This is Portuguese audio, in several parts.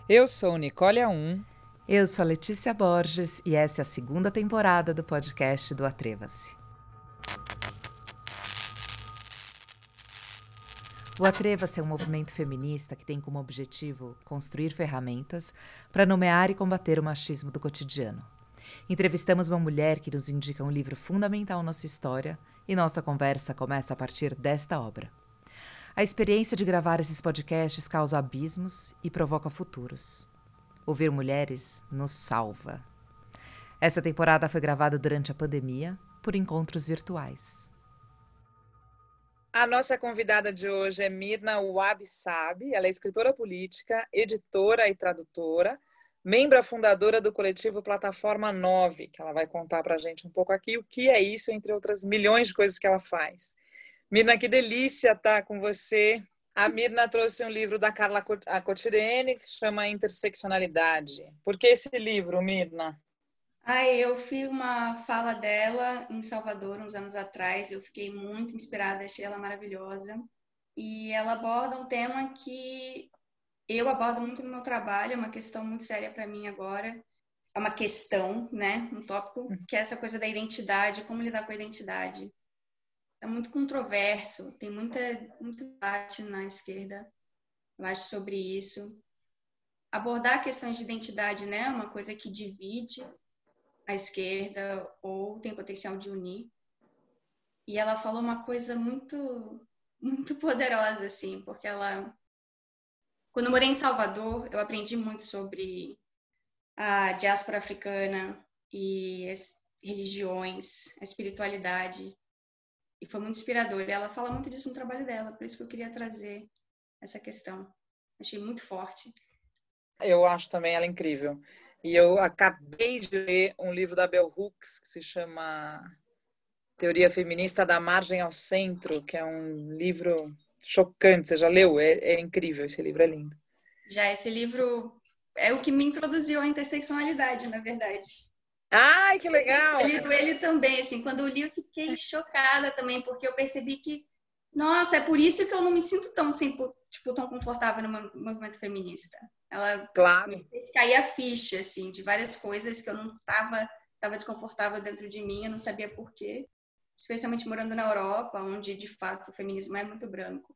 Eu sou Nicole Aum. Eu sou a Letícia Borges e essa é a segunda temporada do podcast do Atreva-se. O Atreva-se é um movimento feminista que tem como objetivo construir ferramentas para nomear e combater o machismo do cotidiano. Entrevistamos uma mulher que nos indica um livro fundamental na sua história e nossa conversa começa a partir desta obra. A experiência de gravar esses podcasts causa abismos e provoca futuros. Ouvir mulheres nos salva. Essa temporada foi gravada durante a pandemia, por encontros virtuais. A nossa convidada de hoje é Mirna Wabi-Sabi. Ela é escritora política, editora e tradutora, membro fundadora do coletivo Plataforma 9, que ela vai contar para a gente um pouco aqui o que é isso, entre outras milhões de coisas que ela faz. Mirna, que delícia estar com você. A Mirna trouxe um livro da Carla Cotirene que se chama Interseccionalidade. Por que esse livro, Mirna? Eu vi uma fala dela em Salvador uns anos atrás, eu fiquei muito inspirada, achei ela maravilhosa. E ela aborda um tema que eu abordo muito no meu trabalho, é uma questão muito séria para mim agora. É uma questão, né? Um tópico que é essa coisa da identidade, como lidar com a identidade. É muito controverso, tem muito debate na esquerda, eu acho, sobre isso. Abordar questões de identidade, né? É uma coisa que divide a esquerda ou tem potencial de unir. E ela falou uma coisa muito poderosa, assim, porque quando eu morei em Salvador, eu aprendi muito sobre a diáspora africana e as religiões, a espiritualidade, e foi muito inspirador. E ela fala muito disso no trabalho dela, por isso que eu queria trazer essa questão. Achei muito forte. Eu acho também ela incrível. E eu acabei de ler um livro da Bell Hooks que se chama Teoria Feminista da Margem ao Centro, que é um livro chocante. Você já leu? É incrível, esse livro é lindo. Já esse livro é o que me introduziu à interseccionalidade, na verdade. Ai, que legal! Eu escolhido ele também, assim, quando eu li eu fiquei chocada também, porque eu percebi que, nossa, é por isso que eu não me sinto tão, tão confortável no movimento feminista. Ela Claro. me fez cair a ficha, assim, de várias coisas que eu não estava desconfortável dentro de mim, eu não sabia por quê. Especialmente morando na Europa, onde, de fato, o feminismo é muito branco.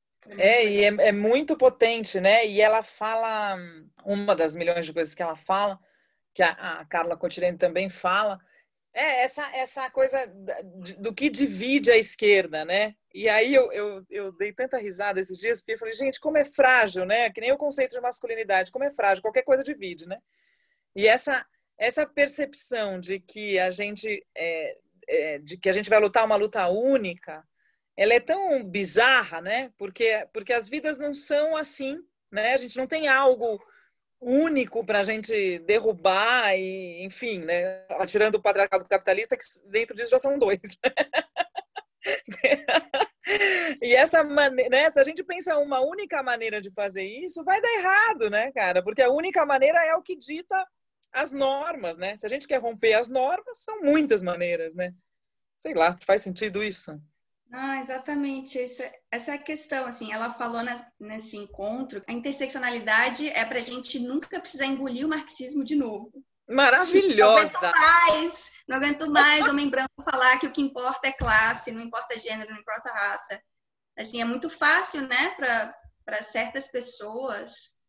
É muito potente, né? E ela fala, uma das milhões de coisas que ela fala, que a Carla Cotirene também fala, é essa coisa do que divide a esquerda, né? E aí eu dei tanta risada esses dias, porque eu falei, gente, como é frágil, né? Que nem o conceito de masculinidade, como é frágil, qualquer coisa divide, né? E essa percepção de que a gente vai lutar uma luta única, ela é tão bizarra, né? Porque as vidas não são assim, né? A gente não tem algo único para a gente derrubar e, enfim, né? Tirando o patriarcado capitalista, que dentro disso já são dois. E essa maneira, né? Se a gente pensa uma única maneira de fazer isso, vai dar errado, né, cara? Porque a única maneira é o que dita as normas, né? Se a gente quer romper as normas, são muitas maneiras, né? Sei lá, faz sentido isso? Exatamente. Essa é a questão, assim, ela falou nesse encontro, a interseccionalidade é para a gente nunca precisar engolir o marxismo de novo. Maravilhosa! Não aguento mais homem branco falar que o que importa é classe, não importa gênero, não importa raça. Assim, é muito fácil, né, para certas pessoas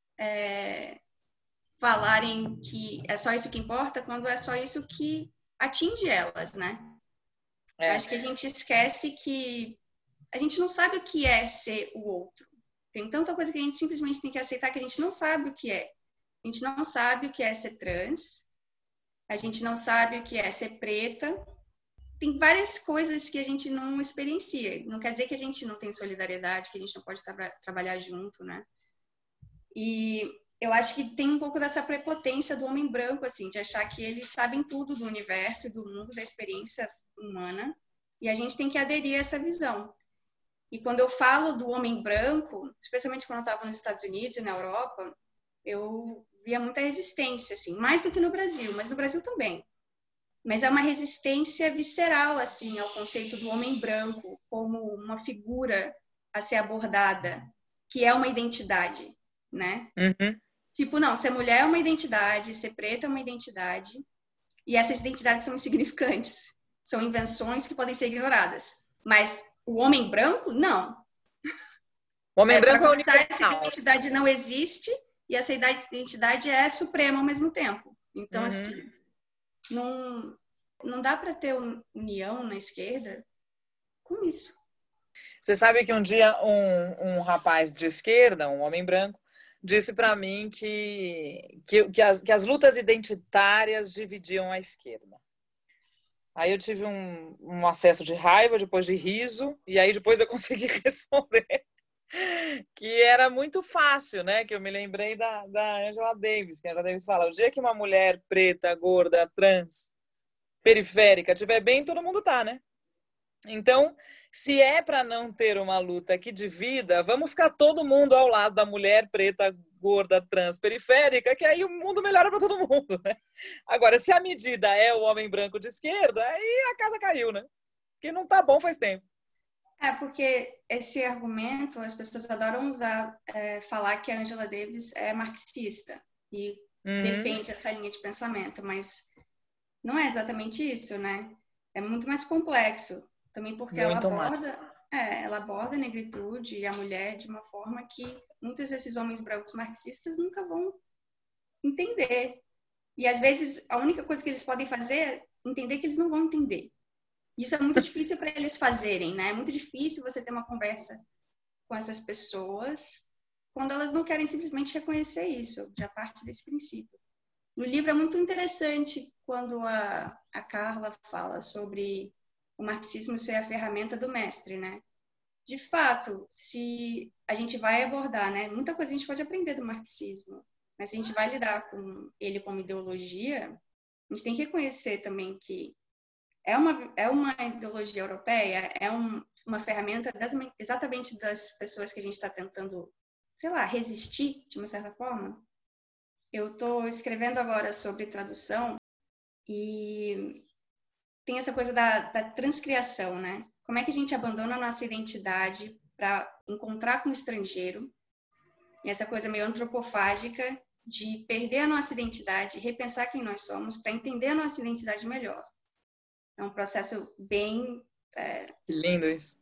falarem que é só isso que importa quando é só isso que atinge elas, né? Acho que a gente esquece que a gente não sabe o que é ser o outro. Tem tanta coisa que a gente simplesmente tem que aceitar que a gente não sabe o que é. A gente não sabe o que é ser trans, a gente não sabe o que é ser preta. Tem várias coisas que a gente não experiencia. Não quer dizer que a gente não tem solidariedade, que a gente não pode trabalhar junto, né? E eu acho que tem um pouco dessa prepotência do homem branco, assim, de achar que eles sabem tudo do universo, do mundo, da experiência humana, e a gente tem que aderir a essa visão. E quando eu falo do homem branco, especialmente quando eu estava nos Estados Unidos e na Europa, eu via muita resistência, assim, mais do que no Brasil, mas no Brasil também. Mas é uma resistência visceral, assim, ao conceito do homem branco como uma figura a ser abordada, que é uma identidade, né? Uhum. Tipo, não, ser mulher é uma identidade, ser preta é uma identidade, e essas identidades são insignificantes. São invenções que podem ser ignoradas. Mas o homem branco, não. O homem branco Para é começar, essa universal. identidade não existe e essa identidade é suprema ao mesmo tempo. Então, assim, não dá para ter união na esquerda com isso. Você sabe que um dia um rapaz de esquerda, um homem branco, disse para mim que as lutas identitárias dividiam a esquerda. Aí eu tive um acesso de raiva, depois de riso, e aí depois eu consegui responder que era muito fácil, né? Que eu me lembrei da Angela Davis, que a Angela Davis fala, o dia que uma mulher preta, gorda, trans, periférica estiver bem, todo mundo tá, né? Então, se é para não ter uma luta que divida, vamos ficar todo mundo ao lado da mulher preta, gorda, trans, periférica, que aí o mundo melhora para todo mundo, né? Agora, se a medida é o homem branco de esquerda, aí a casa caiu, né? Porque não tá bom faz tempo. Porque esse argumento as pessoas adoram usar, falar que a Angela Davis é marxista e defende essa linha de pensamento, mas não é exatamente isso, né? É muito mais complexo, também porque ela aborda a negritude e a mulher de uma forma que muitos desses homens brancos marxistas nunca vão entender. E às vezes a única coisa que eles podem fazer é entender que eles não vão entender. Isso é muito difícil para eles fazerem, né? É muito difícil você ter uma conversa com essas pessoas quando elas não querem simplesmente reconhecer isso, já parte desse princípio. No livro é muito interessante quando a Carla fala sobre o marxismo ser a ferramenta do mestre, né? De fato, se a gente vai abordar, né? Muita coisa a gente pode aprender do marxismo, mas se a gente vai lidar com ele como ideologia, a gente tem que reconhecer também que é uma ideologia europeia, é uma ferramenta exatamente das pessoas que a gente está tentando, sei lá, resistir, de uma certa forma. Eu estou escrevendo agora sobre tradução e tem essa coisa da transcriação, né? Como é que a gente abandona a nossa identidade para encontrar com o estrangeiro? E essa coisa meio antropofágica de perder a nossa identidade, repensar quem nós somos para entender a nossa identidade melhor. É um processo bem... Que lindo isso.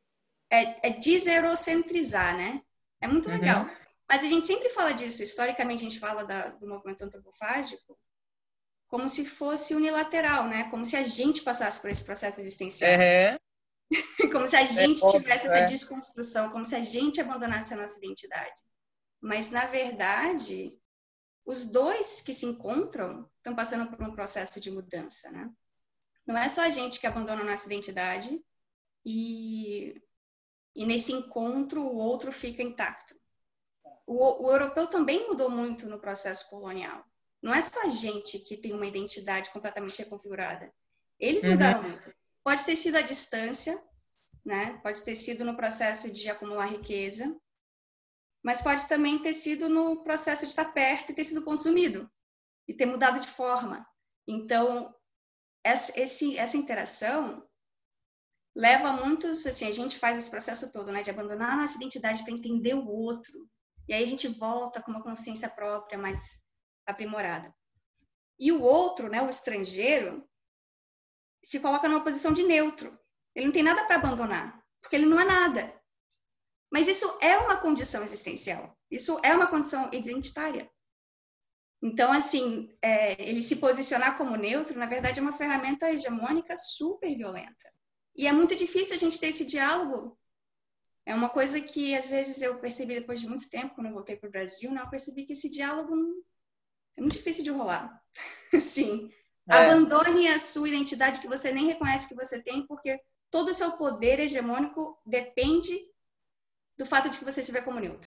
Deseurocentrizar, né? É muito legal. Mas a gente sempre fala disso. Historicamente, a gente fala do movimento antropofágico como se fosse unilateral, né? Como se a gente passasse por esse processo existencial. Como se a gente tivesse essa desconstrução, como se a gente abandonasse a nossa identidade. Mas, na verdade, os dois que se encontram estão passando por um processo de mudança, né? Não é só a gente que abandona a nossa identidade e nesse encontro o outro fica intacto. O europeu também mudou muito no processo colonial. Não é só a gente que tem uma identidade completamente reconfigurada. Eles mudaram muito. Pode ter sido a distância, né? Pode ter sido no processo de acumular riqueza, mas pode também ter sido no processo de estar perto e ter sido consumido e ter mudado de forma. Então, essa interação leva muitos, assim, a gente faz esse processo todo, né, de abandonar a nossa identidade para entender o outro. E aí a gente volta com uma consciência própria mais aprimorada. E o outro, né, o estrangeiro, se coloca numa posição de neutro. Ele não tem nada para abandonar, porque ele não é nada. Mas isso é uma condição existencial. Isso é uma condição identitária. Então, assim, ele se posicionar como neutro, na verdade, é uma ferramenta hegemônica super violenta. E é muito difícil a gente ter esse diálogo. É uma coisa que, às vezes, eu percebi depois de muito tempo, quando eu voltei para o Brasil, né, eu percebi que esse diálogo é muito difícil de rolar. Sim. Abandone a sua identidade que você nem reconhece que você tem, porque todo o seu poder hegemônico depende do fato de que você se vê como neutro.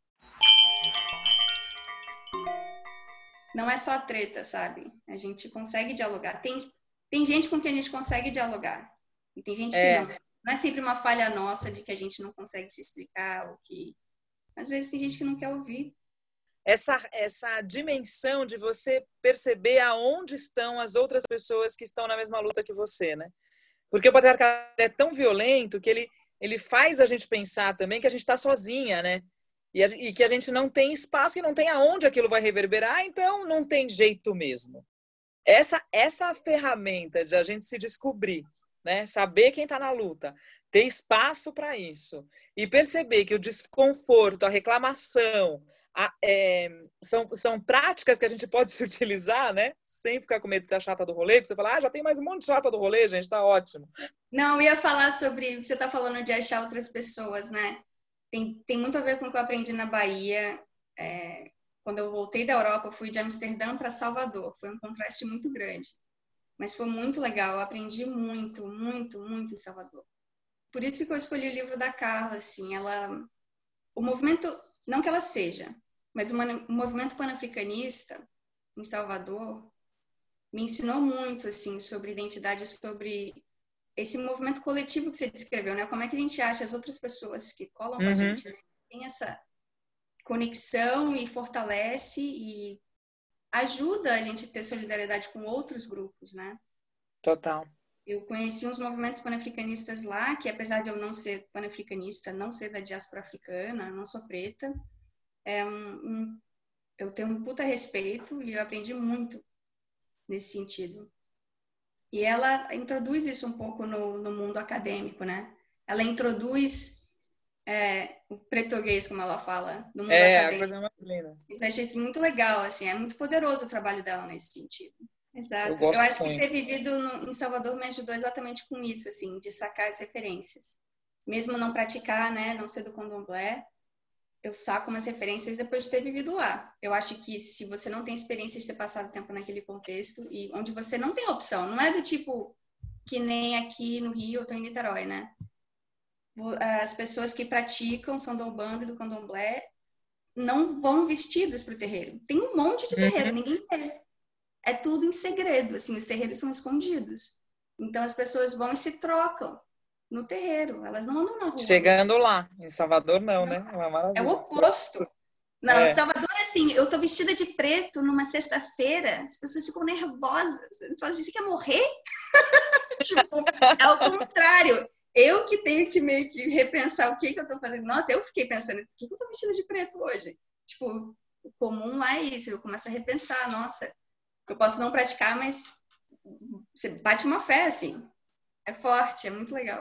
Não é só treta, sabe? A gente consegue dialogar. Tem gente com quem a gente consegue dialogar. E tem gente que não. Não é sempre uma falha nossa de que a gente não consegue se explicar. Ou que... Às vezes tem gente que não quer ouvir. Essa dimensão de você perceber aonde estão as outras pessoas que estão na mesma luta que você, né? Porque o patriarcado é tão violento que ele faz a gente pensar também que a gente está sozinha, né? E que a gente não tem espaço e não tem aonde aquilo vai reverberar, então não tem jeito mesmo. Essa ferramenta de a gente se descobrir, né? Saber quem está na luta, ter espaço para isso e perceber que o desconforto, a reclamação, são práticas que a gente pode se utilizar, né? Sem ficar com medo de ser a chata do rolê, que você fala, já tem mais um monte de chata do rolê, gente, tá ótimo. Não, eu ia falar sobre o que você está falando de achar outras pessoas, né? Tem muito a ver com o que eu aprendi na Bahia. Quando eu voltei da Europa, eu fui de Amsterdã para Salvador. Foi um contraste muito grande. Mas foi muito legal. Eu aprendi muito, muito, muito em Salvador. Por isso que eu escolhi o livro da Carla, assim. O movimento, não que ela seja, mas o movimento panafricanista em Salvador me ensinou muito, assim, sobre identidade, sobre esse movimento coletivo que você descreveu, né? Como é que a gente acha as outras pessoas que colam com a gente, né? Tem essa conexão e fortalece e ajuda a gente a ter solidariedade com outros grupos, né? Total. Eu conheci uns movimentos panafricanistas lá, que apesar de eu não ser panafricanista, não ser da diáspora africana, não sou preta, eu tenho um puta respeito e eu aprendi muito nesse sentido. E ela introduz isso um pouco no mundo acadêmico, né? Ela introduz o português, como ela fala, no mundo acadêmico. A coisa mais linda. Isso eu achei isso muito legal, assim, é muito poderoso o trabalho dela nesse sentido. Exato. Eu acho muito. que ter vivido em Salvador me ajudou exatamente com isso, assim, de sacar as referências. Mesmo não praticar, né, não ser do candomblé, eu saco umas referências depois de ter vivido lá. Eu acho que se você não tem experiência de ter passado tempo naquele contexto e onde você não tem opção, não é do tipo que nem aqui no Rio, eu tô em Niterói, né? As pessoas que praticam são do Umbanda e do Candomblé não vão vestidas para o terreiro. Tem um monte de terreiro, ninguém vê. É tudo em segredo, assim, os terreiros são escondidos. Então as pessoas vão e se trocam no terreiro, elas não andam na rua. Chegando lá, em Salvador não, né? Uma maravilha. É o oposto. Não, em Salvador, assim, eu tô vestida de preto numa sexta-feira, as pessoas ficam nervosas. Eles falam assim, você quer morrer? Tipo, é o contrário. Eu que tenho que meio que repensar o que eu tô fazendo. Nossa, eu fiquei pensando, por que eu tô vestida de preto hoje? Tipo, o comum lá é isso. Eu começo a repensar, nossa, eu posso não praticar, mas você bate uma fé, assim. É forte, é muito legal.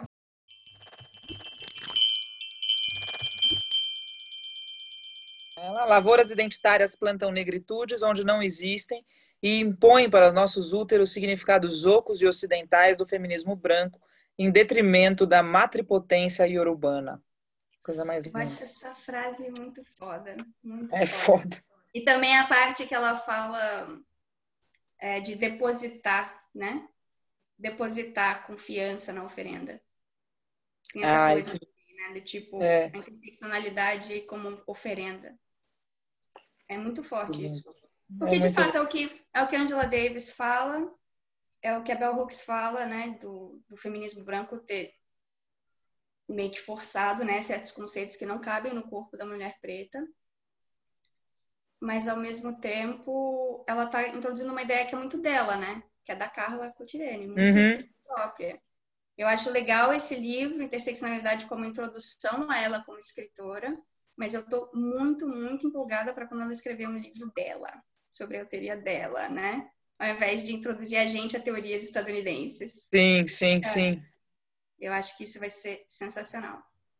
Lavouras identitárias plantam negritudes onde não existem e impõem para nossos úteros significados ocos e ocidentais do feminismo branco em detrimento da matripotência iorubana. Coisa mais linda. Eu acho essa frase muito foda. Muito foda. E também a parte que ela fala de depositar, né? Depositar confiança na oferenda. Tem essa coisa, né? Do tipo, a interseccionalidade como oferenda. É muito forte isso. Porque, de fato, é o que a Angela Davis fala, é o que a Bell Hooks fala, né? Do feminismo branco ter meio que forçado, né? Certos conceitos que não cabem no corpo da mulher preta. Mas, ao mesmo tempo, ela está introduzindo uma ideia que é muito dela, né? Que é da Carla Cotirene, muito própria. Eu acho legal esse livro, Interseccionalidade, como introdução a ela como escritora, mas eu estou muito, muito empolgada para quando ela escrever um livro dela, sobre a teoria dela, né? Ao invés de introduzir a gente a teorias estadunidenses. Sim. Eu acho que isso vai ser sensacional.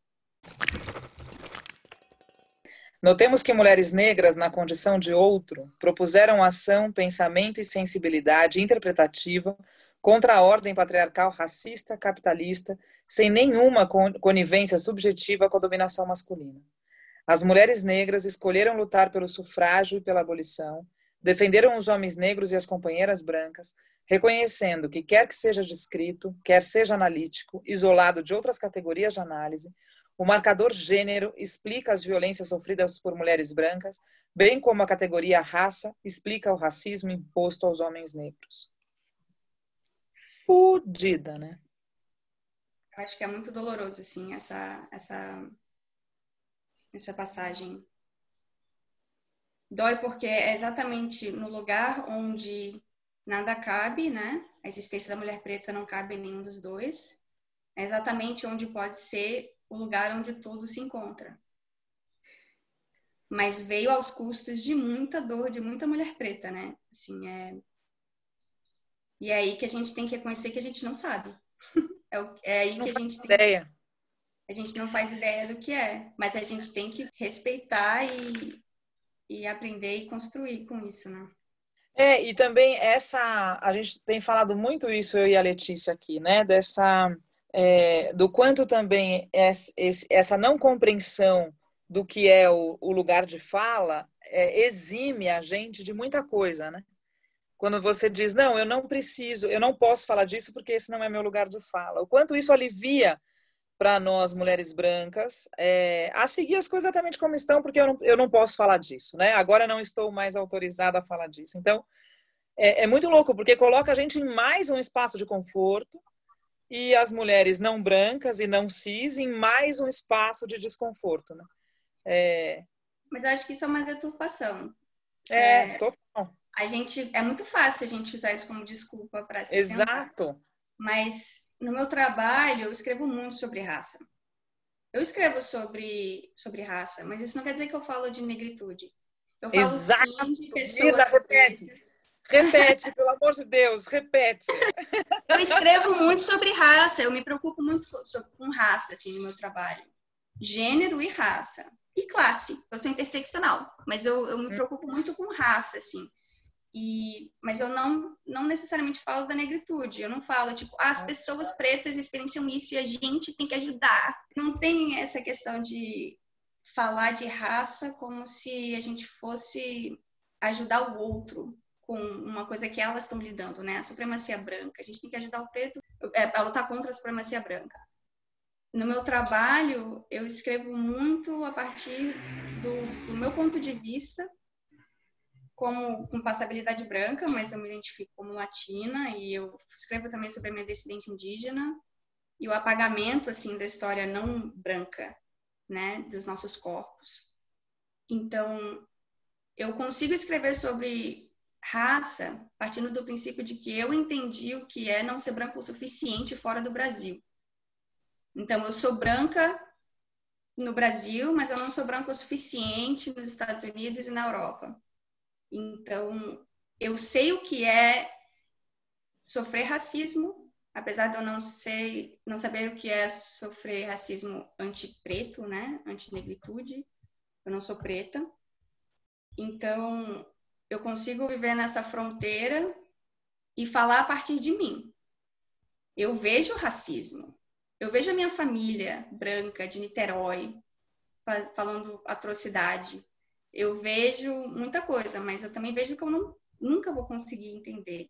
Notemos que mulheres negras, na condição de outro, propuseram ação, pensamento e sensibilidade interpretativa contra a ordem patriarcal racista, capitalista, sem nenhuma conivência subjetiva com a dominação masculina. As mulheres negras escolheram lutar pelo sufrágio e pela abolição, defenderam os homens negros e as companheiras brancas, reconhecendo que quer que seja descrito, quer seja analítico, isolado de outras categorias de análise, o marcador gênero explica as violências sofridas por mulheres brancas, bem como a categoria raça explica o racismo imposto aos homens negros. Fudida, né? Eu acho que é muito doloroso, assim, essa passagem. Dói porque é exatamente no lugar onde nada cabe, né? A existência da mulher preta não cabe em nenhum dos dois. É exatamente onde pode ser o lugar onde tudo se encontra. mas veio aos custos de muita dor, de muita mulher preta, né? Assim, E é aí que a gente tem que reconhecer que a gente não sabe. É aí Não que a faz gente tem... ideia. A gente não faz ideia do que é, mas a gente tem que respeitar e aprender e construir com isso, né? E também a gente tem falado muito isso, eu e a Letícia aqui, né? Do quanto também essa não compreensão do que é o lugar de fala exime a gente de muita coisa, né? Quando você diz, não, eu não preciso, eu não posso falar disso porque esse não é meu lugar de fala. O quanto isso alivia para nós, mulheres brancas, a seguir as coisas exatamente como estão, porque eu não posso falar disso, né? Agora não estou mais autorizada a falar disso. Então, é muito louco, porque coloca a gente em mais um espaço de conforto e as mulheres não brancas e não cis em mais um espaço de desconforto, né? Mas eu acho que isso é uma deturpação. Total. É muito fácil a gente usar isso como desculpa para se isentar. Exato. Mas no meu trabalho eu escrevo muito sobre raça. Eu escrevo sobre raça, mas isso não quer dizer que eu falo de negritude. Eu falo Exato. sim de Guida, pessoas repete. pretas. Repete, pelo amor de Deus, repete. Eu escrevo muito sobre raça, eu me preocupo muito com raça assim, no meu trabalho. Gênero e raça. E classe, eu sou interseccional, mas eu me preocupo muito com raça, assim. Mas eu não necessariamente falo da negritude. Eu não falo, tipo, as pessoas pretas experienciam isso e a gente tem que ajudar. Não tem essa questão de falar de raça como se a gente fosse ajudar o outro com uma coisa que elas estão lidando, né? A supremacia branca. A gente tem que ajudar o preto a lutar contra a supremacia branca. No meu trabalho, eu escrevo muito a partir do meu ponto de vista, com passabilidade branca, mas eu me identifico como latina, e eu escrevo também sobre a minha descendência indígena e o apagamento, assim, da história não branca, né, dos nossos corpos. Então, eu consigo escrever sobre raça partindo do princípio de que eu entendi o que é não ser branco o suficiente fora do Brasil. Então, eu sou branca no Brasil, mas eu não sou branca o suficiente nos Estados Unidos e na Europa. Então, eu sei o que é sofrer racismo, apesar de eu não saber o que é sofrer racismo anti-preto, né? Anti-negritude. Eu não sou preta. Então, eu consigo viver nessa fronteira e falar a partir de mim. Eu vejo o racismo. Eu vejo a minha família branca de Niterói falando atrocidade. Eu vejo muita coisa, mas eu também vejo que eu nunca vou conseguir entender.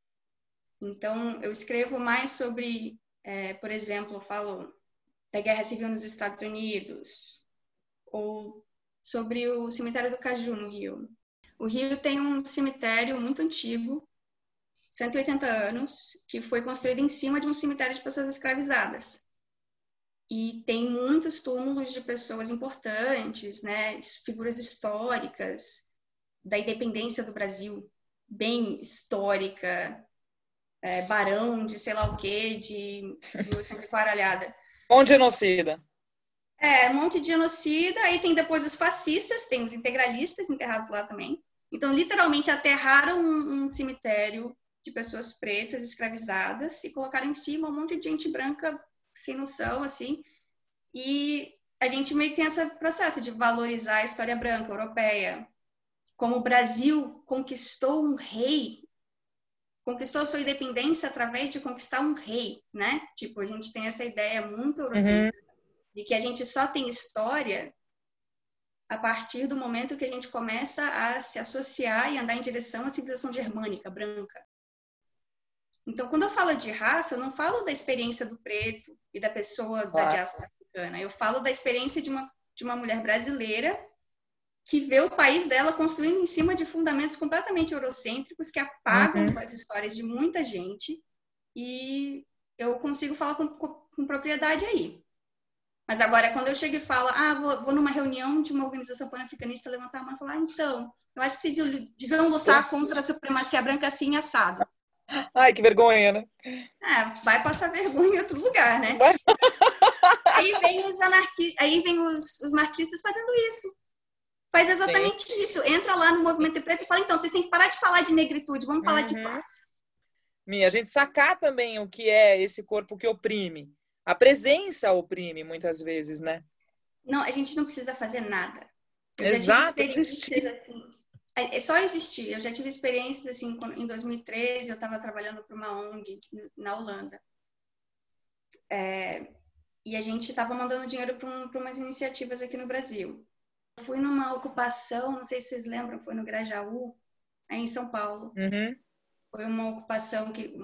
Então, eu escrevo mais sobre, por exemplo, eu falo da Guerra Civil nos Estados Unidos, ou sobre o cemitério do Caju, no Rio. O Rio tem um cemitério muito antigo, 180 anos, que foi construído em cima de um cemitério de pessoas escravizadas. E tem muitos túmulos de pessoas importantes, né, figuras históricas da independência do Brasil, bem histórica, barão de sei lá o quê, de 1800 e quaralhada. Um genocida. Um monte de genocida, aí tem depois os fascistas, tem os integralistas enterrados lá também. Então, literalmente, aterraram um cemitério de pessoas pretas escravizadas e colocaram em cima um monte de gente branca sem noção, assim. E a gente meio que tem esse processo de valorizar a história branca, europeia. Como o Brasil conquistou um rei, conquistou sua independência através de conquistar um rei, né? Tipo, a gente tem essa ideia muito eurocêntrica de que a gente só tem história a partir do momento que a gente começa a se associar e andar em direção à civilização germânica, branca. Então, quando eu falo de raça, eu não falo da experiência do preto e da pessoa da diáspora africana. Eu falo da experiência de uma mulher brasileira que vê o país dela construindo em cima de fundamentos completamente eurocêntricos que apagam as histórias de muita gente, e eu consigo falar com propriedade aí. Mas agora, quando eu chego e falo, vou numa reunião de uma organização pan-africanista, levantar a mão e falar, então, eu acho que vocês deviam lutar contra a supremacia branca assim, assado. Ai, que vergonha, né? Vai passar vergonha em outro lugar, né? Aí vem os marxistas fazendo isso. faz Sim. exatamente isso. Entra lá no movimento preto e fala, então, vocês têm que parar de falar de negritude, vamos falar de classe. A gente sacar também o que é esse corpo que oprime. A presença oprime muitas vezes, né? Não, a gente não precisa fazer nada. Eu já tive Exato, experiências existir. assim, é só existir. Eu já tive experiências assim, em 2013 eu estava trabalhando para uma ONG na Holanda. E a gente estava mandando dinheiro para umas iniciativas aqui no Brasil. Eu fui numa ocupação, não sei se vocês lembram, foi no Grajaú, aí em São Paulo. Uhum. Foi uma ocupação que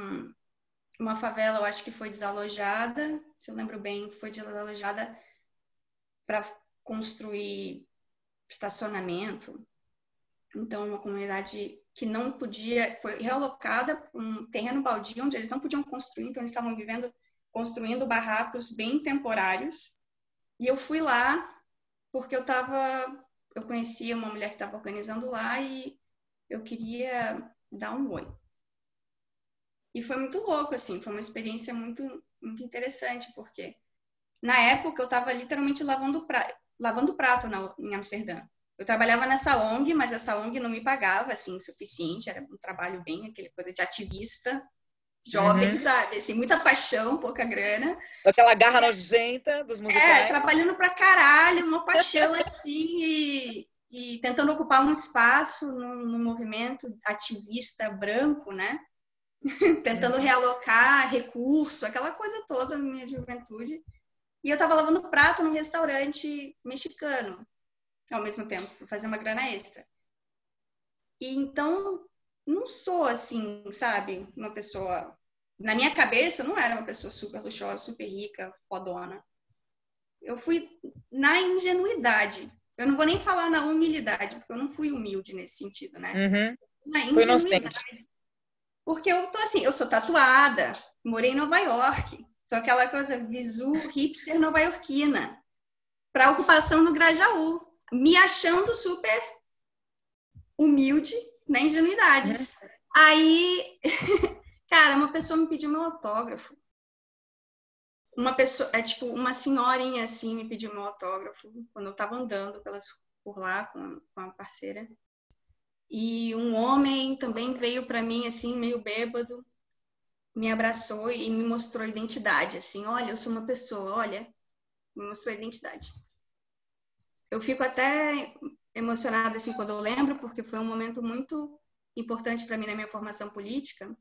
uma favela, eu acho que foi desalojada, se eu lembro bem, foi desalojada para construir estacionamento. Então, uma comunidade que não podia, foi realocada para um terreno baldio, onde eles não podiam construir, então eles estavam construindo barracos bem temporários. E eu fui lá porque eu conhecia uma mulher que estava organizando lá e eu queria dar um oi. E foi muito louco, assim, foi uma experiência muito, muito interessante, porque na época eu estava literalmente lavando prato em Amsterdã. Eu trabalhava nessa ONG, mas essa ONG não me pagava, assim, o suficiente, era um trabalho bem, aquele coisa de ativista, jovem, sabe? Assim, muita paixão, pouca grana. Aquela garra nojenta dos musicais. Trabalhando pra caralho, uma paixão, assim, e tentando ocupar um espaço no movimento ativista branco, né? Tentando realocar recurso, aquela coisa toda na minha juventude. E eu estava lavando prato num restaurante mexicano, ao mesmo tempo, para fazer uma grana extra. E então, não sou assim, sabe? Uma pessoa... Na minha cabeça, eu não era uma pessoa super luxuosa, super rica, fodona. Eu fui na ingenuidade. Eu não vou nem falar na humildade, porque eu não fui humilde nesse sentido, né? Uhum. Na Foi ingenuidade. inocente. Porque eu tô assim, eu sou tatuada, morei em Nova York, sou aquela coisa visu hipster nova-iorquina, para ocupação no Grajaú, me achando super humilde na ingenuidade. Uhum. Aí, cara, uma pessoa me pediu meu autógrafo. Uma pessoa, tipo, uma senhorinha assim me pediu meu autógrafo quando eu tava andando por lá com a parceira. E um homem também veio para mim assim, meio bêbado, me abraçou e me mostrou a identidade, assim, olha, eu sou uma pessoa, olha, me mostrou a identidade. Eu fico até emocionada, assim, quando eu lembro, porque foi um momento muito importante para mim na minha formação política,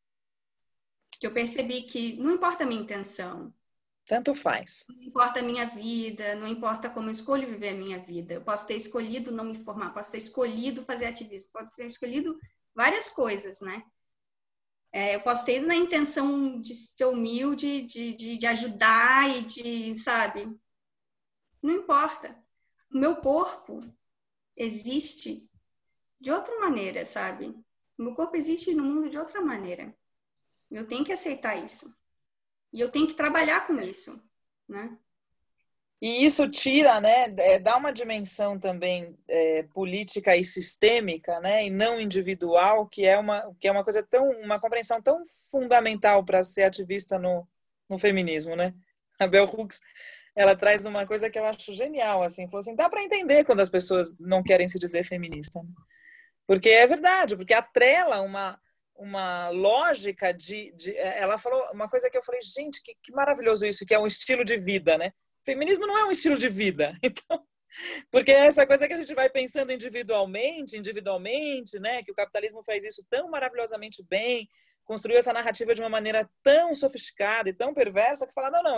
que eu percebi que não importa a minha intenção, Tanto faz. não importa a minha vida, não importa como eu escolho viver a minha vida. Eu posso ter escolhido não me formar, posso ter escolhido fazer ativismo, posso ter escolhido várias coisas, né? Eu posso ter ido na intenção de ser humilde, de ajudar e de, sabe? Não importa. O meu corpo existe de outra maneira, sabe? O meu corpo existe no mundo de outra maneira. Eu tenho que aceitar isso. E eu tenho que trabalhar com isso, né? E isso tira, né, dá uma dimensão também política e sistêmica, né, e não individual, que é uma coisa uma compreensão tão fundamental para ser ativista no feminismo, né? A Bell Hooks, ela traz uma coisa que eu acho genial, assim, falou assim, dá para entender quando as pessoas não querem se dizer feminista, né? Porque é verdade, porque atrela uma lógica ela falou uma coisa que eu falei, gente, que maravilhoso isso, que é um estilo de vida, né? Feminismo não é um estilo de vida. Então, porque é essa coisa que a gente vai pensando individualmente, né? Que o capitalismo faz isso tão maravilhosamente bem, construiu essa narrativa de uma maneira tão sofisticada e tão perversa que fala, não,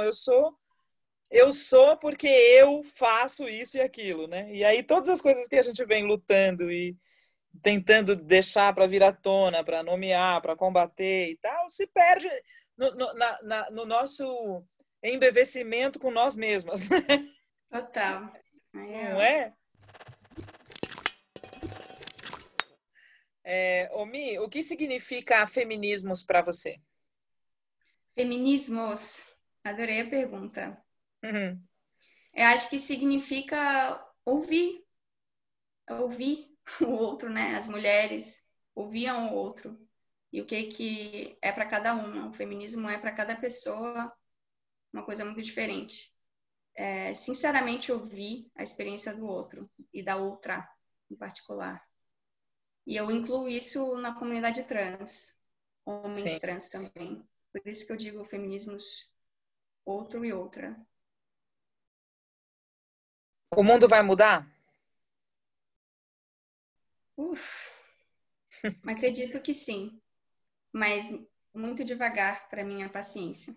eu sou porque eu faço isso e aquilo, né? E aí todas as coisas que a gente vem lutando e tentando deixar para vir à tona, para nomear, para combater e tal, se perde no nosso embevecimento com nós mesmas. Total. Não é? Omi, o que significa feminismos para você? Feminismos. Adorei a pergunta. Uhum. Eu acho que significa ouvir o outro, né? As mulheres ouviam o outro. E o que é para cada uma. O feminismo é para cada pessoa uma coisa muito diferente. sinceramente ouvir a experiência do outro e da outra em particular. E eu incluo isso na comunidade trans, homens Sim. trans também. Por isso que eu digo feminismos outro e outra. O mundo vai mudar? Acredito que sim, mas muito devagar para minha paciência.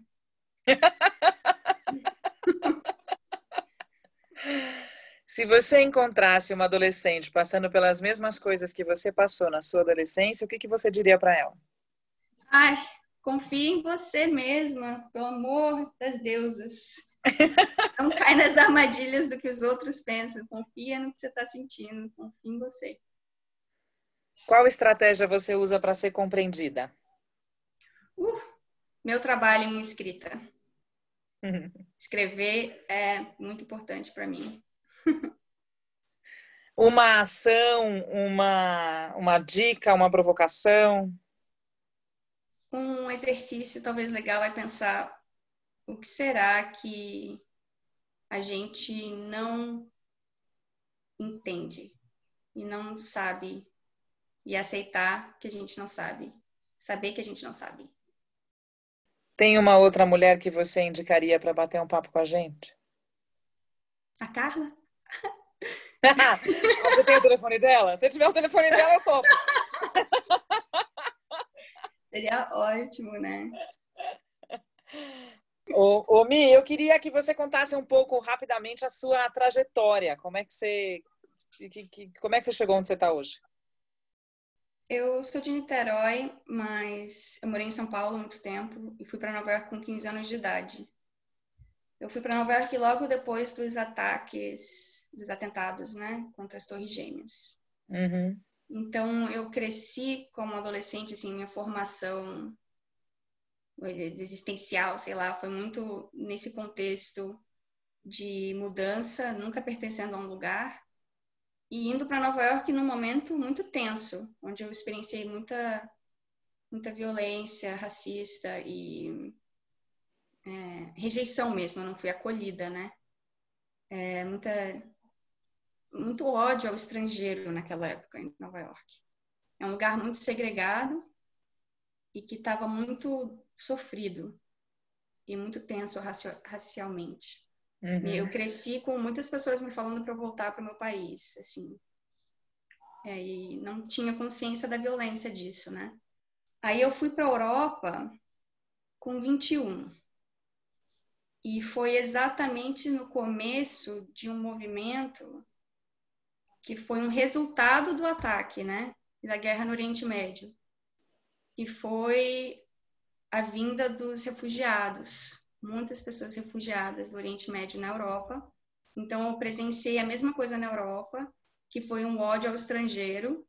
Se você encontrasse uma adolescente passando pelas mesmas coisas que você passou na sua adolescência, o que você diria para ela? Ai, confie em você mesma, pelo amor das deusas. Não cai nas armadilhas do que os outros pensam. Confia no que você está sentindo. Confia em você. Qual estratégia você usa para ser compreendida? Meu trabalho em escrita. Escrever é muito importante para mim. Uma ação, uma dica, uma provocação? Um exercício talvez legal é pensar o que será que a gente não entende e não sabe, e aceitar que a gente não sabe, saber que a gente não sabe. Tem uma outra mulher que você indicaria para bater um papo com a gente? A Carla? Você tem o telefone dela? Se tiver o telefone dela, eu topo. Seria ótimo, né? Ô, Mi, eu queria que você contasse um pouco rapidamente a sua trajetória. Como é que você chegou onde você está hoje? Eu sou de Niterói, mas eu morei em São Paulo há muito tempo e fui para Nova York com 15 anos de idade. Eu fui para Nova York logo depois dos atentados, né, contra as Torres Gêmeas. Uhum. Então, eu cresci como adolescente, assim, minha formação existencial, sei lá, foi muito nesse contexto de mudança, nunca pertencendo a um lugar, e indo para Nova York num momento muito tenso, onde eu experienciei muita violência racista e rejeição mesmo, eu não fui acolhida, né? Muito ódio ao estrangeiro naquela época em Nova York. É um lugar muito segregado e que estava muito sofrido e muito tenso racialmente. Uhum. Eu cresci com muitas pessoas me falando para eu voltar para o meu país, assim. E não tinha consciência da violência disso, né? Aí eu fui para a Europa com 21. E foi exatamente no começo de um movimento que foi um resultado do ataque, né? Da guerra no Oriente Médio. Que foi a vinda dos refugiados. Muitas pessoas refugiadas do Oriente Médio na Europa. Então, eu presenciei a mesma coisa na Europa, que foi um ódio ao estrangeiro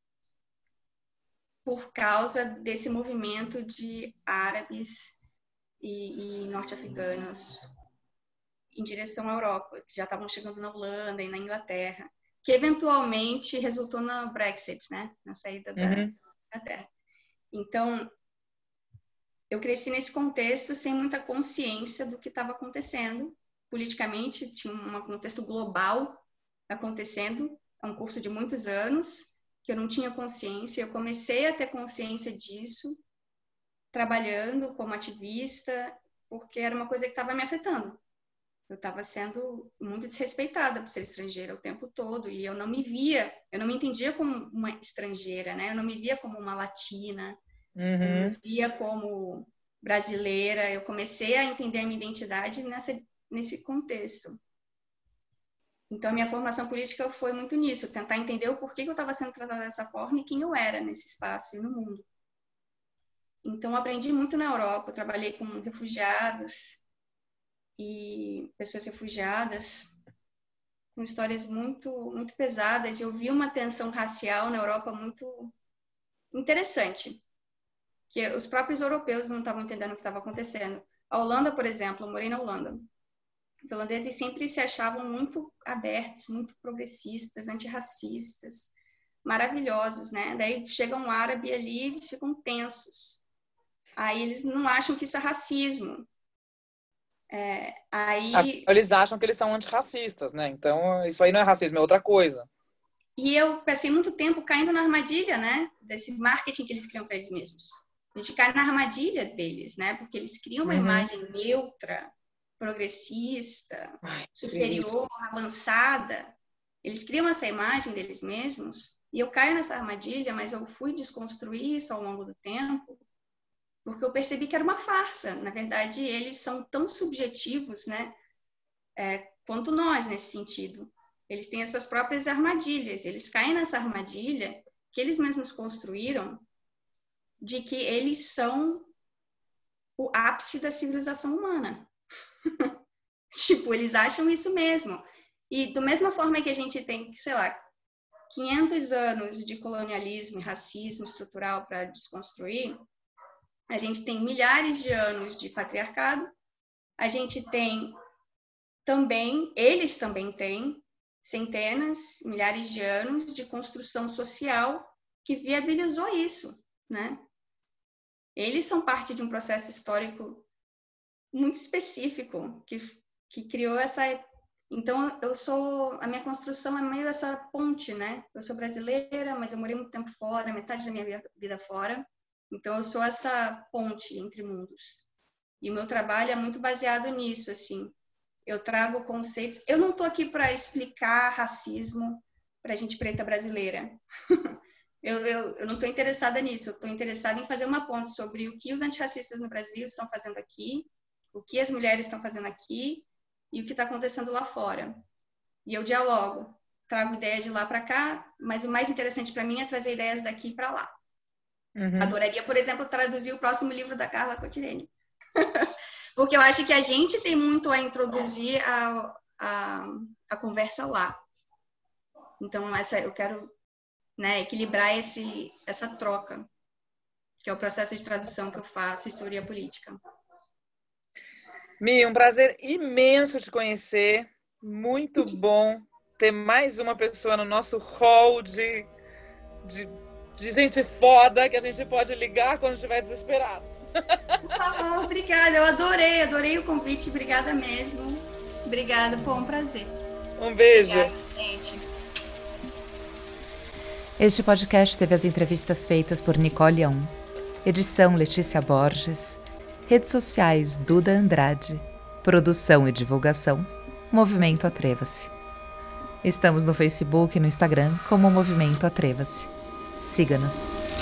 por causa desse movimento de árabes e norte-africanos em direção à Europa, que já estavam chegando na Holanda e na Inglaterra, que eventualmente resultou no Brexit, né? Na saída da Inglaterra. Então, eu cresci nesse contexto sem muita consciência do que estava acontecendo. Politicamente, tinha um contexto global acontecendo. É um curso de muitos anos que eu não tinha consciência. Eu comecei a ter consciência disso trabalhando como ativista, porque era uma coisa que estava me afetando. Eu estava sendo muito desrespeitada por ser estrangeira o tempo todo e eu não me entendia como uma estrangeira, né? Eu não me via como uma latina, eu não me via como brasileira. Eu comecei a entender a minha identidade nesse contexto. Então, a minha formação política foi muito nisso, tentar entender o porquê que eu estava sendo tratada dessa forma e quem eu era nesse espaço e no mundo. Então, aprendi muito na Europa, eu trabalhei com refugiados e pessoas refugiadas com histórias muito, muito pesadas. Eu vi uma tensão racial na Europa muito interessante, que os próprios europeus não estavam entendendo o que estava acontecendo. A Holanda, por exemplo, eu morei na Holanda. Os holandeses sempre se achavam muito abertos, muito progressistas, antirracistas, maravilhosos, né? Daí chega um árabe ali, eles ficam tensos. Aí eles não acham que isso é racismo. Aí Eles acham que eles são antirracistas, né? Então, isso aí não é racismo, é outra coisa. E eu passei muito tempo caindo na armadilha, né? Desse marketing que eles criam para eles mesmos. A gente cai na armadilha deles, né? Porque eles criam uma imagem neutra, progressista, superior, avançada. Eles criam essa imagem deles mesmos. E eu caio nessa armadilha, mas eu fui desconstruir isso ao longo do tempo, porque eu percebi que era uma farsa. Na verdade, eles são tão subjetivos, né? Quanto nós, nesse sentido. Eles têm as suas próprias armadilhas. Eles caem nessa armadilha que eles mesmos construíram de que eles são o ápice da civilização humana. Tipo, eles acham isso mesmo. E da mesma forma que a gente tem, sei lá, 500 anos de colonialismo e racismo estrutural para desconstruir, a gente tem milhares de anos de patriarcado, a gente tem também, eles também têm, centenas, milhares de anos de construção social que viabilizou isso, né? Eles são parte de um processo histórico muito específico que criou essa... Então, a minha construção é meio essa ponte, né? Eu sou brasileira, mas eu morei muito tempo fora, metade da minha vida fora. Então, eu sou essa ponte entre mundos. E o meu trabalho é muito baseado nisso, assim. Eu trago conceitos... Eu não estou aqui para explicar racismo para a gente preta brasileira. Eu não estou interessada nisso. Eu estou interessada em fazer uma ponte sobre o que os antirracistas no Brasil estão fazendo aqui, o que as mulheres estão fazendo aqui e o que está acontecendo lá fora. E eu dialogo. Trago ideias de lá para cá, mas o mais interessante para mim é trazer ideias daqui para lá. Adoraria, por exemplo, traduzir o próximo livro da Carla Cotirene. Porque eu acho que a gente tem muito a introduzir a conversa lá. Então, eu quero, né, equilibrar essa troca, que é o processo de tradução que eu faço, história política. Mi, um prazer imenso te conhecer. Muito bom ter mais uma pessoa no nosso hall de gente foda que a gente pode ligar quando estiver desesperado. Por favor, obrigada. Eu adorei o convite. Obrigada mesmo. Obrigada, foi um prazer. Um beijo. Obrigada, gente. Este podcast teve as entrevistas feitas por Nicole On, edição Letícia Borges, redes sociais Duda Andrade, produção e divulgação Movimento Atreva-se. Estamos no Facebook e no Instagram como Movimento Atreva-se. Siga-nos.